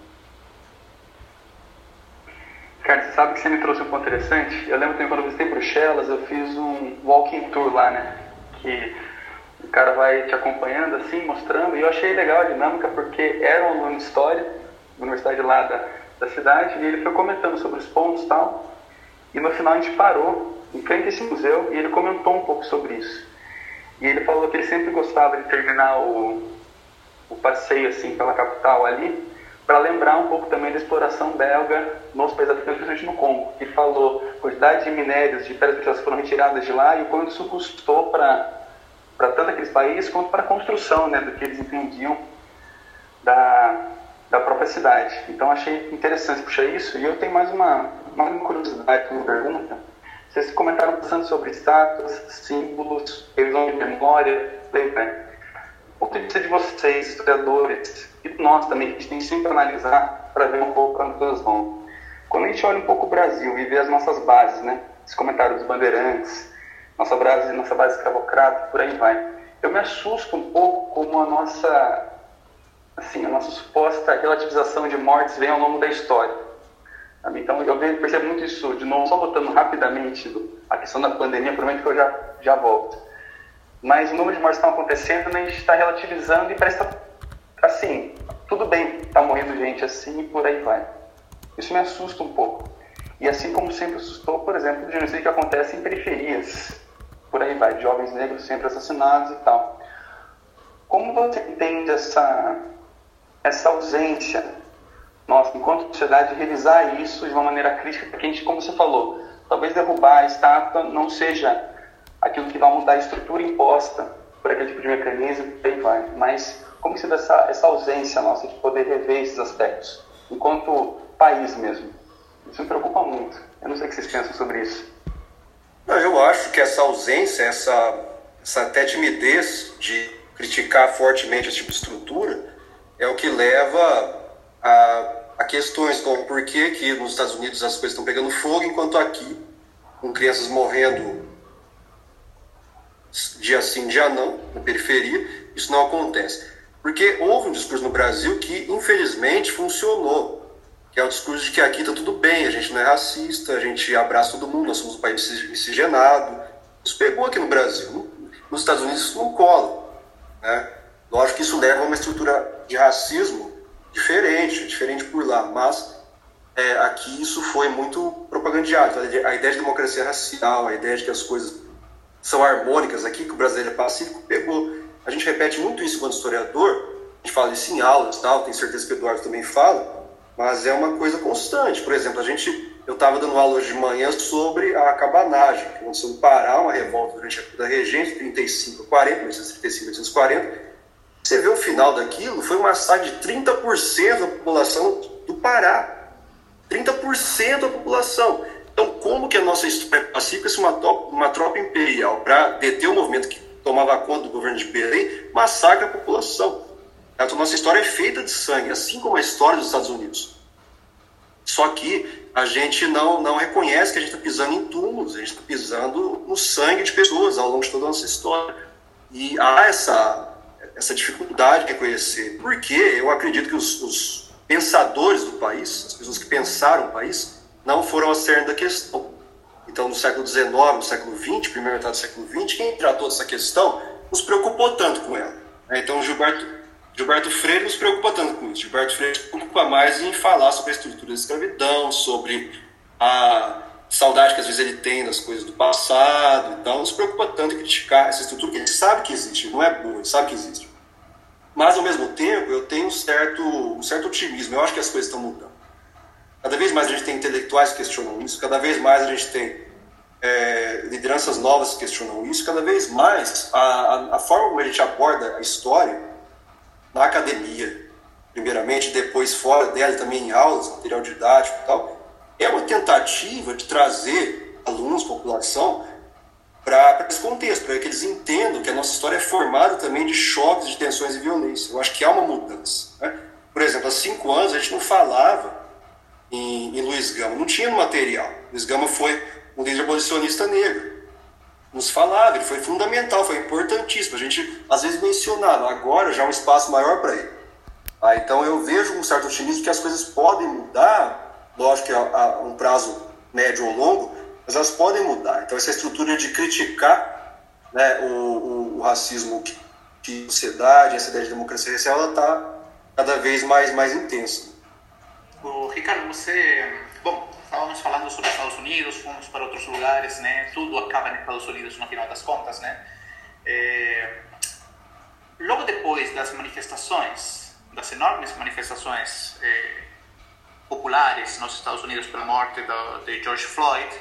Cara, você sabe que você me trouxe um ponto interessante? Eu lembro que quando eu visitei Bruxelas, eu fiz um walking tour lá, né? Que o cara vai te acompanhando assim, mostrando. E eu achei legal a dinâmica, porque era um aluno de história, da universidade lá da, da cidade, e ele foi comentando sobre os pontos e tal. E no final a gente parou em frente a esse museu e ele comentou um pouco sobre isso. E ele falou que ele sempre gostava de terminar o, o passeio assim pela capital ali, para lembrar um pouco também da exploração belga nos países africanos, principalmente no Congo. E falou a quantidade de minérios, de pedras preciosas que foram retiradas de lá e o quanto isso custou para para tanto aqueles países quanto para a construção, né, do que eles entendiam da, da própria cidade. Então achei interessante puxar isso. E eu tenho mais uma, mais uma curiosidade, uma pergunta. Vocês comentaram bastante sobre estátuas, símbolos, revisão de memória, né? O ponto de vista de vocês, historiadores, e nós também, que a gente tem que sempre analisar para ver um pouco para onde elas vão. Quando a gente olha um pouco o Brasil e vê as nossas bases, né, esse comentário dos bandeirantes, nossa base, nossa base escravocrata, por aí vai. Eu me assusto um pouco como a nossa, assim, a nossa suposta relativização de mortes vem ao longo da história. Sabe? Então eu percebo muito isso, de novo, só botando rapidamente a questão da pandemia, prometo que eu já, já volto. Mas o número de mortes estão acontecendo, né, a gente está relativizando e parece que tá, assim, tudo bem, está morrendo gente assim e por aí vai. Isso me assusta um pouco. E assim como sempre assustou, por exemplo, o genocídio que acontece em periferias. Por aí vai, jovens negros sempre assassinados e tal. Como você entende essa, essa ausência, nossa, enquanto sociedade, revisar isso de uma maneira crítica, porque a gente, como você falou, talvez derrubar a estátua não seja aquilo que vai mudar a estrutura imposta por aquele tipo de mecanismo, por aí vai. Mas como se dá essa, essa ausência nossa de poder rever esses aspectos, enquanto país mesmo? Isso me preocupa muito. Eu não sei o que vocês pensam sobre isso. Não, eu acho que essa ausência, essa, essa até timidez de criticar fortemente esse tipo de estrutura é o que leva a, a questões como por que que nos Estados Unidos as coisas estão pegando fogo, enquanto aqui, com crianças morrendo dia sim, dia não, na periferia, isso não acontece. Porque houve um discurso no Brasil que, infelizmente, funcionou. Que é o discurso de que aqui está tudo bem, a gente não é racista, a gente abraça todo mundo, nós somos um país miscigenado, Isso pegou aqui no Brasil. Nos Estados Unidos isso não cola, né? Lógico que isso leva a uma estrutura de racismo diferente, diferente por lá, mas é, aqui isso foi muito propagandeado. A ideia de democracia racial, a ideia de que as coisas são harmônicas aqui, que o brasileiro é pacífico, pegou. A gente repete muito isso quando historiador, a gente fala isso em aulas e tal, tenho certeza que o Eduardo também fala, mas é uma coisa constante. Por exemplo, a gente, eu estava dando aula hoje de manhã sobre a cabanagem, que aconteceu no Pará, uma revolta durante a época da Regência, trinta e cinco a quarenta, mil oitocentos e trinta e cinco a mil oitocentos e quarenta. Você vê o final daquilo, foi um massacre de trinta por cento da população do Pará. trinta por cento da população. Então, como que a nossa história é pacífica se uma, uma tropa imperial, para deter o movimento que tomava conta do governo de Belém, massacra a população? Então, nossa história é feita de sangue, assim como a história dos Estados Unidos. Só que a gente não, não reconhece que a gente está pisando em túmulos, a gente está pisando no sangue de pessoas ao longo de toda a nossa história. E há essa, essa dificuldade de reconhecer, porque eu acredito que os, os pensadores do país, as pessoas que pensaram o país, não foram a cerne da questão. Então, no século dezenove, no século vinte, primeira metade do século vinte, quem tratou dessa questão nos preocupou tanto com ela. Então, Gilberto, Gilberto Freire nos preocupa tanto com isso. Gilberto Freire se preocupa mais em falar sobre a estrutura da escravidão, sobre a saudade que às vezes ele tem das coisas do passado. Então, não se preocupa tanto em criticar essa estrutura, que ele sabe que existe, não é boa, ele sabe que existe. Mas, ao mesmo tempo, eu tenho um certo, um certo otimismo. Eu acho que as coisas estão mudando. Cada vez mais a gente tem intelectuais que questionam isso, cada vez mais a gente tem é, lideranças novas que questionam isso, cada vez mais a, a, a forma como a gente aborda a história na academia, primeiramente, depois fora dela, também em aulas, material didático e tal, é uma tentativa de trazer alunos, população, para esse contexto, para que eles entendam que a nossa história é formada também de choques, de tensões e violência. Eu acho que há uma mudança, né? Por exemplo, há cinco anos a gente não falava Em, em Luiz Gama, não tinha no material. Luiz Gama foi um líder abolicionista negro, nos falava, ele foi fundamental, foi importantíssimo, a gente às vezes mencionava, agora já há um espaço maior para ele. Ah, então eu vejo com um certo otimismo que as coisas podem mudar, lógico que há um prazo médio ou longo, mas elas podem mudar. Então essa estrutura de criticar, né, o, o, o racismo que, que a sociedade, essa ideia de democracia racial, ela está cada vez mais, mais intensa. O Ricardo, você... Bom, estávamos falando sobre os Estados Unidos, fomos para outros lugares, né? Tudo acaba nos Estados Unidos no final das contas, né? É... Logo depois das manifestações, das enormes manifestações é, populares nos Estados Unidos pela morte do, de George Floyd,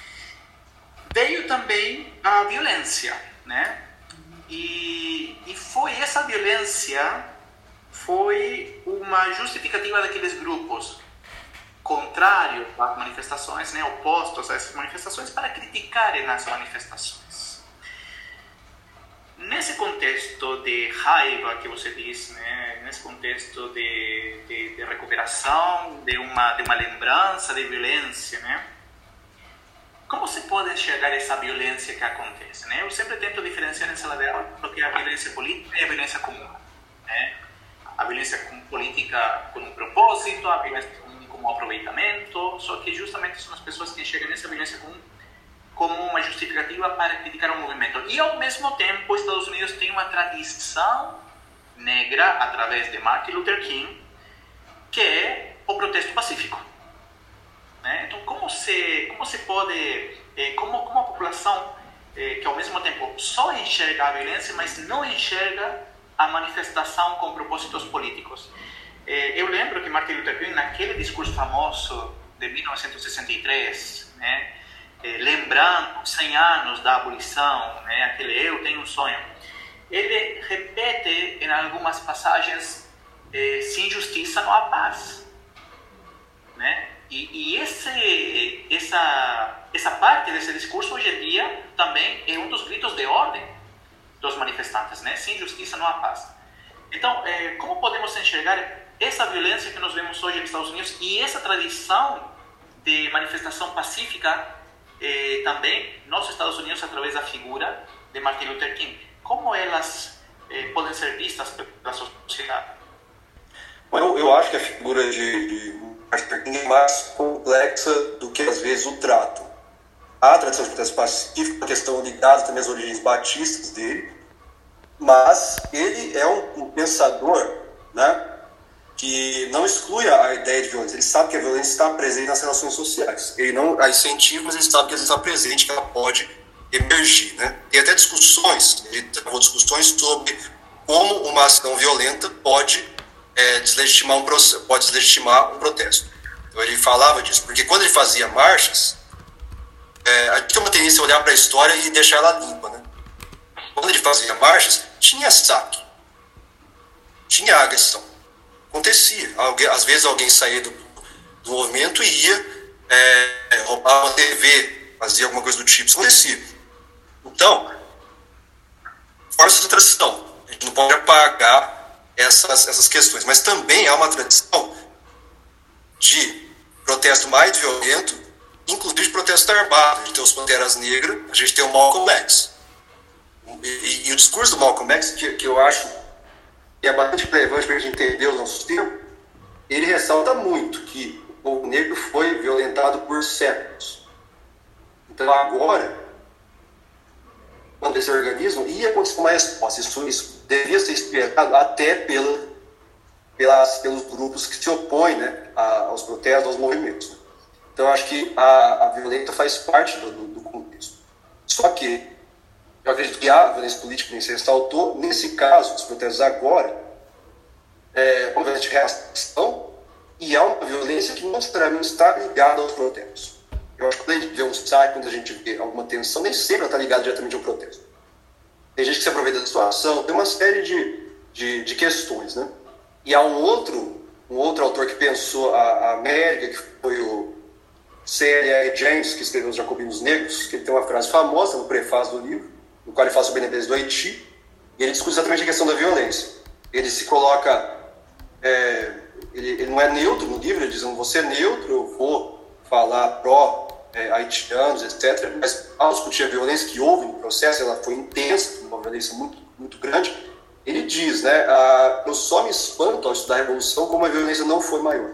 veio também a violência, né? E, e foi essa violência... foi uma justificativa daqueles grupos contrários às manifestações, né, opostos a essas manifestações, para criticarem as manifestações. Nesse contexto de raiva que você diz, né, nesse contexto de, de, de recuperação, de uma, de uma lembrança de violência, né, como se pode enxergar essa violência que acontece? Né? Eu sempre tento diferenciar em sala de aula porque a violência política e a violência comum, né? A violência com política com um propósito, a violência com um aproveitamento, só que justamente são as pessoas que enxergam essa violência comum como uma justificativa para criticar o movimento. E, ao mesmo tempo, os Estados Unidos têm uma tradição negra, através de Martin Luther King, que é o protesto pacífico. Né? Então, como se, como se pode, como, como a população, que ao mesmo tempo só enxerga a violência, mas não enxerga a manifestação com propósitos políticos. Eu lembro que Martin Luther King, naquele discurso famoso de mil novecentos e sessenta e três, né, lembrando cem anos da abolição, né, aquele Eu Tenho um Sonho, ele repete em algumas passagens, sem justiça não há paz. Né? E, e esse, essa, essa parte desse discurso hoje em dia também é um dos gritos de ordem dos manifestantes, né? Sem justiça não há paz. Então, eh, como podemos enxergar essa violência que nós vemos hoje nos Estados Unidos e essa tradição de manifestação pacífica eh, também nos Estados Unidos através da figura de Martin Luther King? Como elas eh, podem ser vistas pela sociedade? Eu, eu acho que a figura de, de Martin Luther King é mais complexa do que às vezes o trato. há tradição de protesto pacífico, uma questão ligada também às origens batistas dele, mas ele é um, um pensador, né, que não exclui a ideia de violência. Ele sabe que a violência está presente nas relações sociais. Ele não a incentiva, mas ele sabe que ela está presente, que ela pode emergir, né? Tem até discussões, ele travou discussões sobre como uma ação violenta pode, é, deslegitimar, um, pode deslegitimar um protesto. Então ele falava disso, porque quando ele fazia marchas, é, a gente tem uma tendência a olhar para a história e deixar ela limpa, né? Quando ele fazia marchas, tinha saque, tinha agressão, acontecia. Alguém, às vezes alguém saía do, do movimento e ia é, roubar uma T V, fazia alguma coisa do tipo, isso acontecia. Então, força de tradição, a gente não pode apagar essas, essas questões, mas também há uma tradição de protesto mais violento, inclusive protesto armado. A gente tem os Panteras Negras, a gente tem o Malcolm X. E, e, e o discurso do Malcolm X, que, que eu acho que é bastante relevante para a gente entender o nosso tempo, ele ressalta muito que o povo negro foi violentado por séculos. Então agora, quando eles se organizam, ia acontecer uma resposta. Isso, isso devia ser esperado até pela, pelas, pelos grupos que se opõem, né, aos protestos, aos movimentos. Então, eu acho que a, a violência faz parte do, do, do contexto. Só que, eu acredito que a violência política que você ressaltou, nesse caso, os protestos agora, é uma violência de reação e há uma violência que não necessariamente está ligada aos protestos. Eu acho que quando a gente vê um saque, quando a gente vê alguma tensão, nem sempre está ligado diretamente ao protesto. Tem gente que se aproveita da situação, tem uma série de, de, de questões, né? E há um outro, um outro autor que pensou a, a América, que foi o C L R James, que escreveu Os Jacobinos Negros, que ele tem uma frase famosa no prefácio do livro, no qual ele fala sobre a independência do Haiti, e ele discute exatamente a questão da violência. Ele se coloca, é, ele, ele não é neutro no livro, ele diz, não vou ser neutro, eu vou falar pró-haitianos, é, etcétera. Mas ao discutir a violência que houve no processo, ela foi intensa, uma violência muito, muito grande, ele diz, né, a, eu só me espanto ao estudar a Revolução como a violência não foi maior.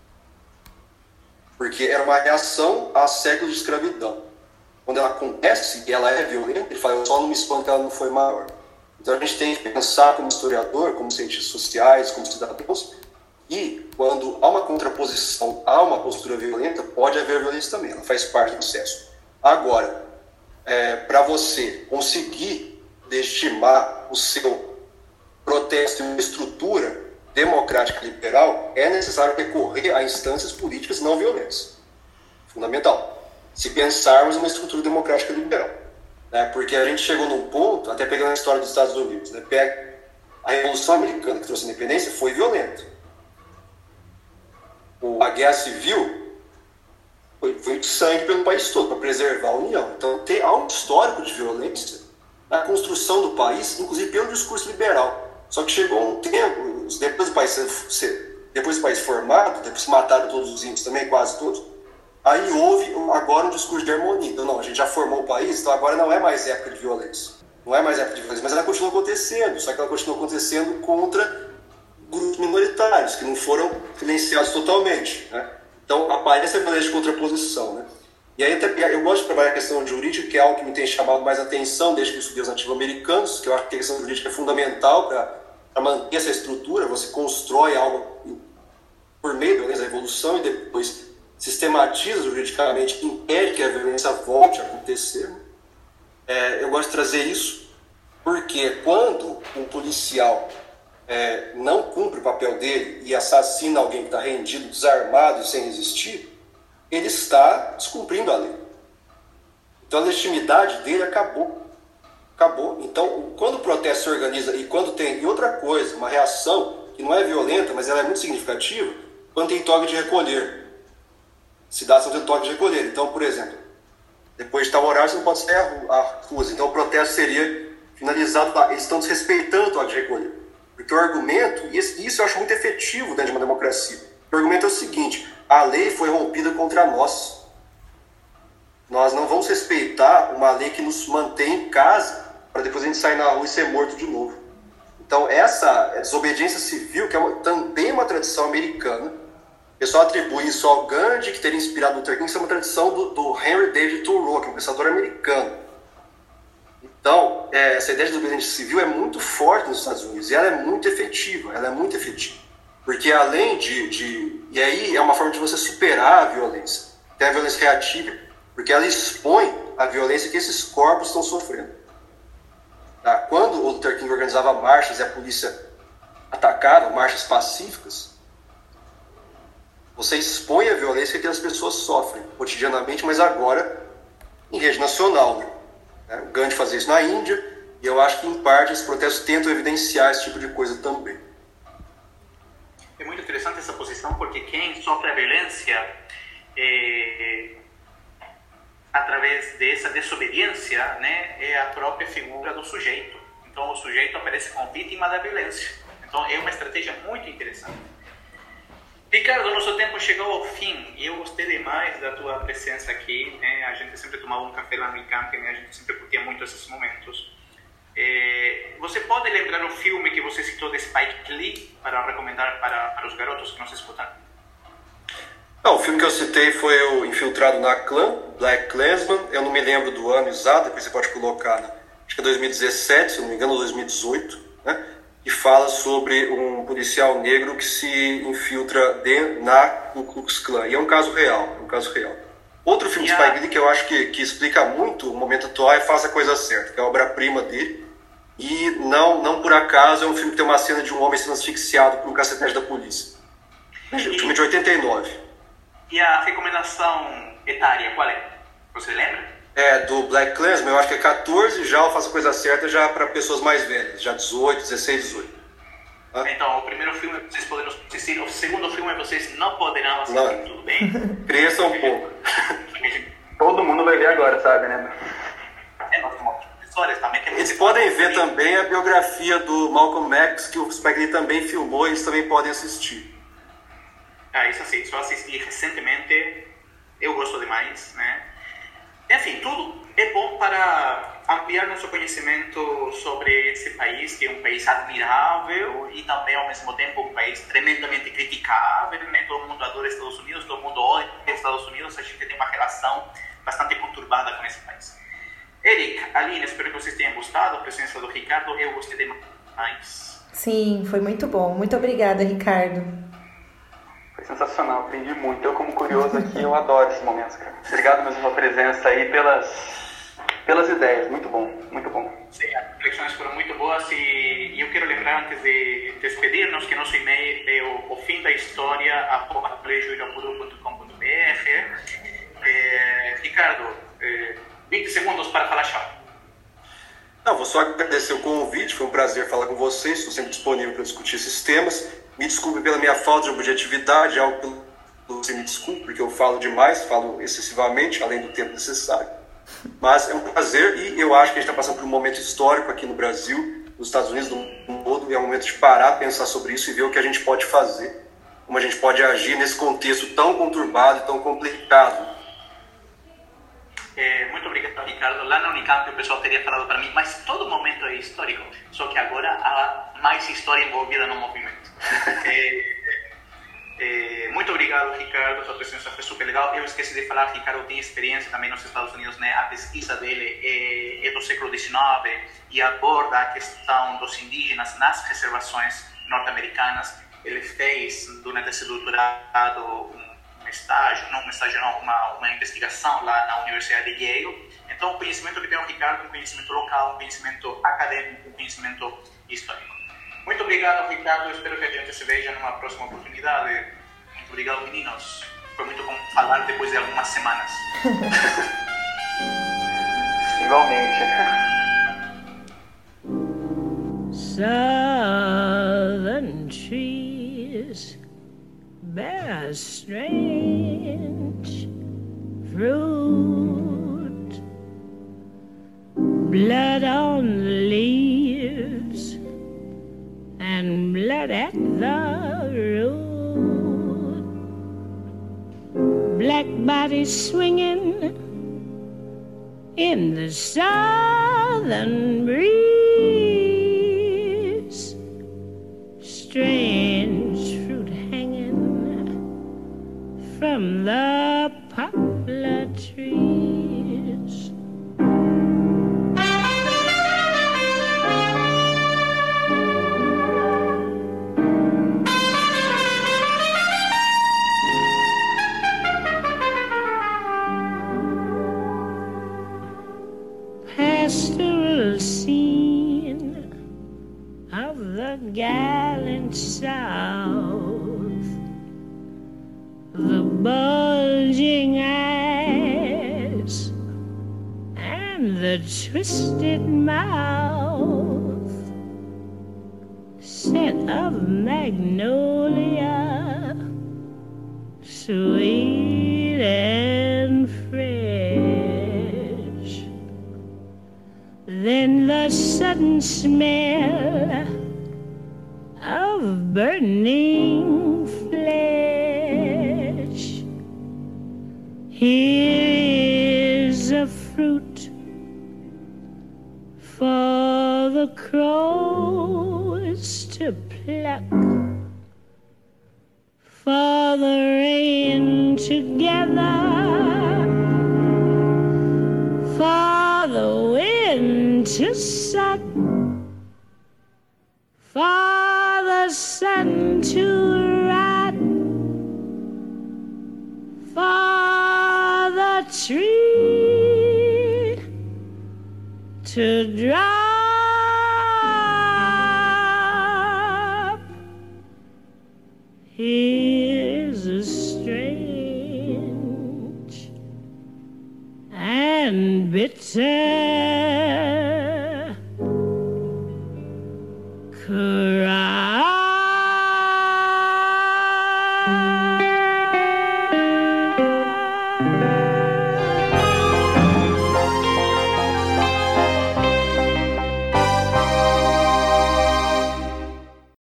Porque era uma reação a séculos de escravidão. Quando ela acontece e ela é violenta, ele fala, eu só não me espanto que ela não foi maior. Então a gente tem que pensar como historiador, como cientistas sociais, como cidadãos, e quando há uma contraposição a uma postura violenta, pode haver violência também, ela faz parte do processo. Agora, é, para você conseguir legitimar o seu protesto em uma estrutura democrática liberal, é necessário recorrer a instâncias políticas não violentas. Fundamental. Se pensarmos em uma estrutura democrática liberal. Né? Porque a gente chegou num ponto, até pegando a história dos Estados Unidos, né? Pega a Revolução Americana que trouxe a independência, foi violenta. A Guerra Civil foi, foi de sangue pelo país todo, para preservar a União. Então tem, há um histórico de violência na construção do país, inclusive pelo discurso liberal. Só que chegou um tempo, depois do país, ser, depois do país formado, depois que mataram todos os índios também, quase todos, aí houve agora um discurso de harmonia. Então, não, a gente já formou o país, então agora não é mais época de violência. Não é mais época de violência, mas ela continua acontecendo, só que ela continua acontecendo contra grupos minoritários, que não foram silenciados totalmente. Né? Então, aparece a violência de contraposição. Né? E aí, até, eu gosto de trabalhar a questão jurídica, que é algo que me tem chamado mais atenção desde que eu estudei os nativo-americanos, que eu acho que a questão jurídica é fundamental para manter essa estrutura. Você constrói algo por meio da violência da evolução e depois sistematiza juridicamente, impede que a violência volte a acontecer. É, eu gosto de trazer isso porque quando um policial é, não cumpre o papel dele e assassina alguém que está rendido, desarmado e sem resistir, ele está descumprindo a lei. Então a legitimidade dele acabou. Acabou. Então, quando o protesto se organiza e quando tem... E outra coisa, uma reação que não é violenta, mas ela é muito significativa, quando tem toque de recolher. Cidades não tem toque de recolher. Então, por exemplo, depois de tal horário você não pode sair à rua. Então o protesto seria finalizado lá. Eles estão desrespeitando o toque de recolher. Porque o argumento, e isso eu acho muito efetivo dentro de uma democracia, o argumento é o seguinte: a lei foi rompida contra nós. Nós não vamos respeitar uma lei que nos mantém em casa para depois a gente sair na rua e ser morto de novo. Então essa desobediência civil, que é uma, também uma tradição americana, pessoal atribui isso ao Gandhi, que teria inspirado o Luther King. Isso é uma tradição do, do Henry David Thoreau, que é um pensador americano. Então, é, essa ideia de desobediência civil é muito forte nos Estados Unidos, e ela é muito efetiva, ela é muito efetiva. Porque além de, de... E aí é uma forma de você superar a violência. Tem a violência reativa, porque ela expõe a violência que esses corpos estão sofrendo. Tá? Quando o Luther King organizava marchas e a polícia atacava, marchas pacíficas, você expõe a violência que aquelas pessoas sofrem cotidianamente, mas agora em rede nacional, né? O Gandhi fazia isso na Índia, e eu acho que, em parte, esses protestos tentam evidenciar esse tipo de coisa também. É muito interessante essa posição, porque quem sofre a violência é, através dessa desobediência, né, é a própria figura do sujeito. Então, o sujeito aparece como vítima da violência. Então, é uma estratégia muito interessante. Ricardo, nosso tempo chegou ao fim e eu gostei demais da tua presença aqui, né? A gente sempre tomava um café lá no Unicamp, né? A gente sempre curtia muito esses momentos. É, você pode lembrar o filme que você citou de Spike Lee para recomendar para, para os garotos que nos escutam? Não, o filme que eu citei foi o Infiltrado na Klan, Black Klansman. Eu não me lembro do ano exato, depois você pode colocar, né? Acho que é dois mil e dezessete, se não me engano, dois mil e dezoito, né? Que fala sobre um policial negro que se infiltra de, na Ku Klux Klan. E é um caso real, é um caso real. Outro filme yeah. de Spike Lee que eu acho que, que explica muito o momento atual é Faça a Coisa Certa, que é a obra-prima dele. E não, não por acaso é um filme que tem uma cena de um homem sendo asfixiado por um cacetete da polícia. É um filme de oitenta e nove. E a recomendação etária, qual é? Você lembra? É, do Black Klansman, eu acho que é catorze, já o Faça a Coisa Certa já para pessoas mais velhas, já dezoito, dezesseis, dezoito. Ah? Então, o primeiro filme vocês poderão assistir, o segundo filme vocês não poderão assistir, não. Tudo bem? Cresça um pouco. Todo mundo vai ver agora, sabe, né? É, nós temos histórias também. Tem eles podem ver também a biografia do Malcolm X, que o Spike Lee também filmou, e eles também podem assistir. Ah, isso assim, só assisti recentemente, eu gosto demais, né? Enfim, tudo é bom para ampliar nosso conhecimento sobre esse país, que é um país admirável e também, ao mesmo tempo, um país tremendamente criticável, né? Todo mundo adora Estados Unidos, todo mundo odeia Estados Unidos, a gente tem uma relação bastante conturbada com esse país. Eric, Aline, espero que vocês tenham gostado da presença do Ricardo, eu gostei demais. Sim, foi muito bom. Muito obrigada, Ricardo. Foi sensacional, aprendi muito. Eu, como curioso aqui, eu adoro esses momentos, cara. Obrigado mesmo pela presença aí, pelas, pelas ideias. Muito bom, muito bom. Sim, as reflexões foram muito boas e eu quero lembrar, antes de despedir-nos, que nosso e-mail é o, o fim da história, arroba colégio irapuru ponto com ponto b r. É, Ricardo, é, vinte segundos para falar tchau. Não, vou só agradecer o convite, foi um prazer falar com vocês, estou sempre disponível para discutir esses temas. Me desculpe pela minha falta de objetividade, algo pelo que você me desculpe, porque eu falo demais, falo excessivamente, além do tempo necessário. Mas é um prazer e eu acho que a gente está passando por um momento histórico aqui no Brasil, nos Estados Unidos, no mundo todo, e é um momento de parar, pensar sobre isso e ver o que a gente pode fazer, como a gente pode agir nesse contexto tão conturbado e tão complicado. É, muito obrigado, Ricardo. Lá na Unicamp o pessoal teria falado para mim, mas todo momento é histórico, só que agora há mais história envolvida no movimento. é, é, muito obrigado, Ricardo, sua presença foi super legal. Eu esqueci de falar, Ricardo tem experiência também nos Estados Unidos, né? A pesquisa dele é, é do século dezenove e aborda a questão dos indígenas nas reservações norte-americanas. Ele fez, durante esse doutorado, um estágio, não um estágio, não, uma, uma investigação lá na Universidade de Yale. Então, o conhecimento que tem o Ricardo é um conhecimento local, um conhecimento acadêmico, um conhecimento histórico. Muito obrigado, Ricardo. Espero que a gente se veja numa próxima oportunidade. Muito obrigado, meninos. Foi muito bom falar depois de algumas semanas. Igualmente. Southern trees bear strange fruit, blood on the leaves and blood at the root, black bodies swinging in the southern breeze, strange fruit hanging from the poplar trees. Pastoral scene of the gallant South, the bulging eyes and the twisted mouth, scent of magnolia, sweet and fresh. Then the sudden smell of burning flesh. Here is a fruit for the crows to pluck, for the rain to gather, for the wind to suck, for the sun to rot, for the tree to drop. Here's a strange and bitter